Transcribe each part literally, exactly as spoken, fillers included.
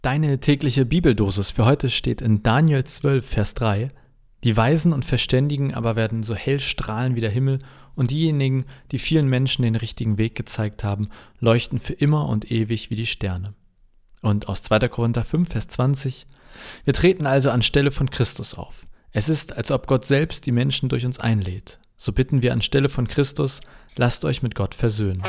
Deine tägliche Bibeldosis für heute steht in Daniel zwölf, Vers drei. Die Weisen und Verständigen aber werden so hell strahlen wie der Himmel, und diejenigen, die vielen Menschen den richtigen Weg gezeigt haben, leuchten für immer und ewig wie die Sterne. Und aus zweiter Korinther fünf, Vers zwanzig. Wir treten also anstelle von Christus auf. Es ist, als ob Gott selbst die Menschen durch uns einlädt. So bitten wir anstelle von Christus, lasst euch mit Gott versöhnen.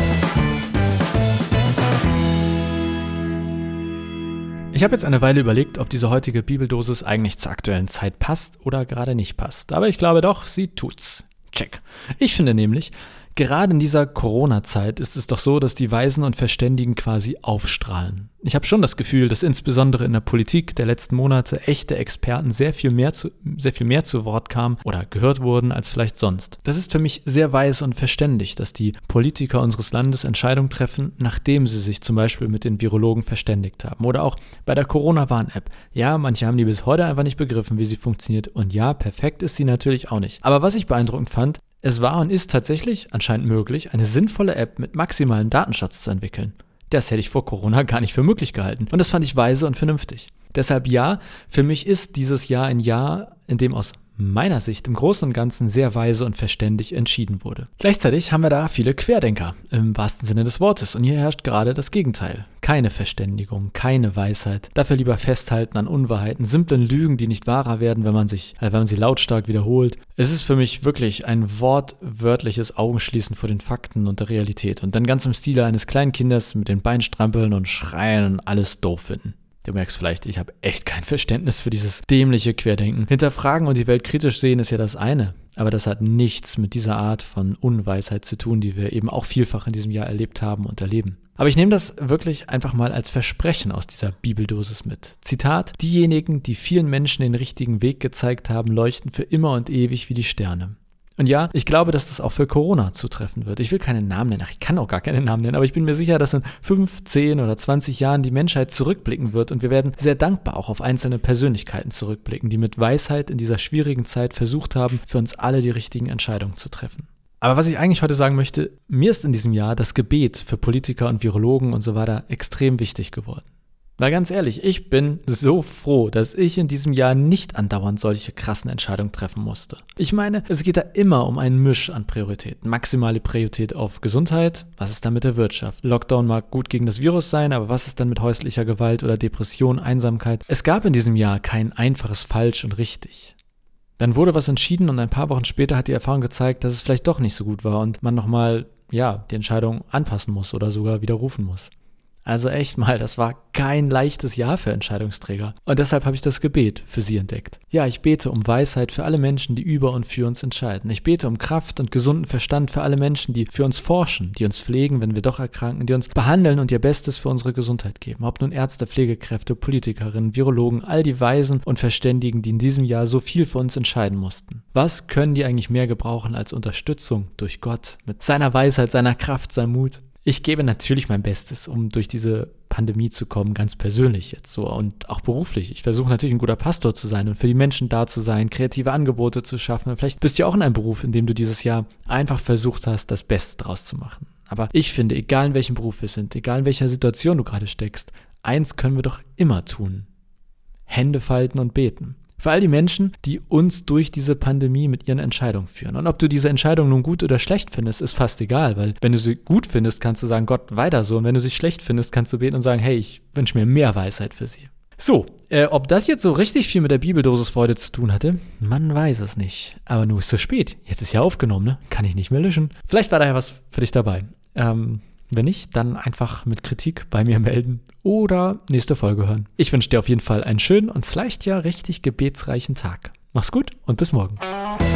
Ich habe jetzt eine Weile überlegt, ob diese heutige Bibeldosis eigentlich zur aktuellen Zeit passt oder gerade nicht passt. Aber ich glaube doch, sie tut's. Check. Ich finde nämlich, gerade in dieser Corona-Zeit ist es doch so, dass die Weisen und Verständigen quasi aufstrahlen. Ich habe schon das Gefühl, dass insbesondere in der Politik der letzten Monate echte Experten sehr viel mehr zu, sehr viel mehr zu Wort kamen oder gehört wurden als vielleicht sonst. Das ist für mich sehr weise und verständig, dass die Politiker unseres Landes Entscheidungen treffen, nachdem sie sich zum Beispiel mit den Virologen verständigt haben. Oder auch bei der Corona-Warn-App. Ja, manche haben die bis heute einfach nicht begriffen, wie sie funktioniert. Und ja, perfekt ist sie natürlich auch nicht. Aber was ich beeindruckend fand, es war und ist tatsächlich anscheinend möglich, eine sinnvolle App mit maximalem Datenschutz zu entwickeln. Das hätte ich vor Corona gar nicht für möglich gehalten. Und das fand ich weise und vernünftig. Deshalb ja, für mich ist dieses Jahr ein Jahr, in dem aus meiner Sicht im Großen und Ganzen sehr weise und verständig entschieden wurde. Gleichzeitig haben wir da viele Querdenker, im wahrsten Sinne des Wortes. Und hier herrscht gerade das Gegenteil. Keine Verständigung, keine Weisheit. Dafür lieber festhalten an Unwahrheiten, simplen Lügen, die nicht wahrer werden, wenn man sich, äh, wenn man sie lautstark wiederholt. Es ist für mich wirklich ein wortwörtliches Augenschließen vor den Fakten und der Realität. Und dann ganz im Stile eines kleinen Kindes mit den Beinen strampeln und schreien und alles doof finden. Du merkst vielleicht, ich habe echt kein Verständnis für dieses dämliche Querdenken. Hinterfragen und die Welt kritisch sehen ist ja das eine, aber das hat nichts mit dieser Art von Unweisheit zu tun, die wir eben auch vielfach in diesem Jahr erlebt haben und erleben. Aber ich nehme das wirklich einfach mal als Versprechen aus dieser Bibeldosis mit. Zitat: Diejenigen, die vielen Menschen den richtigen Weg gezeigt haben, leuchten für immer und ewig wie die Sterne. Und ja, ich glaube, dass das auch für Corona zutreffen wird. Ich will keinen Namen nennen, ach, ich kann auch gar keinen Namen nennen, aber ich bin mir sicher, dass in fünf, zehn oder zwanzig Jahren die Menschheit zurückblicken wird und wir werden sehr dankbar auch auf einzelne Persönlichkeiten zurückblicken, die mit Weisheit in dieser schwierigen Zeit versucht haben, für uns alle die richtigen Entscheidungen zu treffen. Aber was ich eigentlich heute sagen möchte, mir ist in diesem Jahr das Gebet für Politiker und Virologen und so weiter extrem wichtig geworden. Weil ganz ehrlich, ich bin so froh, dass ich in diesem Jahr nicht andauernd solche krassen Entscheidungen treffen musste. Ich meine, es geht da immer um einen Misch an Prioritäten. Maximale Priorität auf Gesundheit, was ist dann mit der Wirtschaft? Lockdown mag gut gegen das Virus sein, aber was ist dann mit häuslicher Gewalt oder Depression, Einsamkeit? Es gab in diesem Jahr kein einfaches Falsch und Richtig. Dann wurde was entschieden und ein paar Wochen später hat die Erfahrung gezeigt, dass es vielleicht doch nicht so gut war und man nochmal, ja, die Entscheidung anpassen muss oder sogar widerrufen muss. Also echt mal, das war kein leichtes Jahr für Entscheidungsträger. Und deshalb habe ich das Gebet für sie entdeckt. Ja, ich bete um Weisheit für alle Menschen, die über und für uns entscheiden. Ich bete um Kraft und gesunden Verstand für alle Menschen, die für uns forschen, die uns pflegen, wenn wir doch erkranken, die uns behandeln und ihr Bestes für unsere Gesundheit geben. Ob nun Ärzte, Pflegekräfte, Politikerinnen, Virologen, all die Weisen und Verständigen, die in diesem Jahr so viel für uns entscheiden mussten. Was können die eigentlich mehr gebrauchen als Unterstützung durch Gott mit seiner Weisheit, seiner Kraft, seinem Mut? Ich gebe natürlich mein Bestes, um durch diese Pandemie zu kommen, ganz persönlich jetzt so und auch beruflich. Ich versuche natürlich ein guter Pastor zu sein und für die Menschen da zu sein, kreative Angebote zu schaffen. Vielleicht bist du ja auch in einem Beruf, in dem du dieses Jahr einfach versucht hast, das Beste draus zu machen. Aber ich finde, egal in welchem Beruf wir sind, egal in welcher Situation du gerade steckst, eins können wir doch immer tun: Hände falten und beten. Für all die Menschen, die uns durch diese Pandemie mit ihren Entscheidungen führen. Und ob du diese Entscheidung nun gut oder schlecht findest, ist fast egal, weil wenn du sie gut findest, kannst du sagen, Gott, weiter so. Und wenn du sie schlecht findest, kannst du beten und sagen, hey, ich wünsche mir mehr Weisheit für sie. So, äh, ob das jetzt so richtig viel mit der Bibeldosis Freude zu tun hatte, man weiß es nicht. Aber nur ist zu spät. Jetzt ist ja aufgenommen, ne? Kann ich nicht mehr löschen. Vielleicht war daher was für dich dabei. Ähm... Wenn nicht, dann einfach mit Kritik bei mir melden oder nächste Folge hören. Ich wünsche dir auf jeden Fall einen schönen und vielleicht ja richtig gebetsreichen Tag. Mach's gut und bis morgen.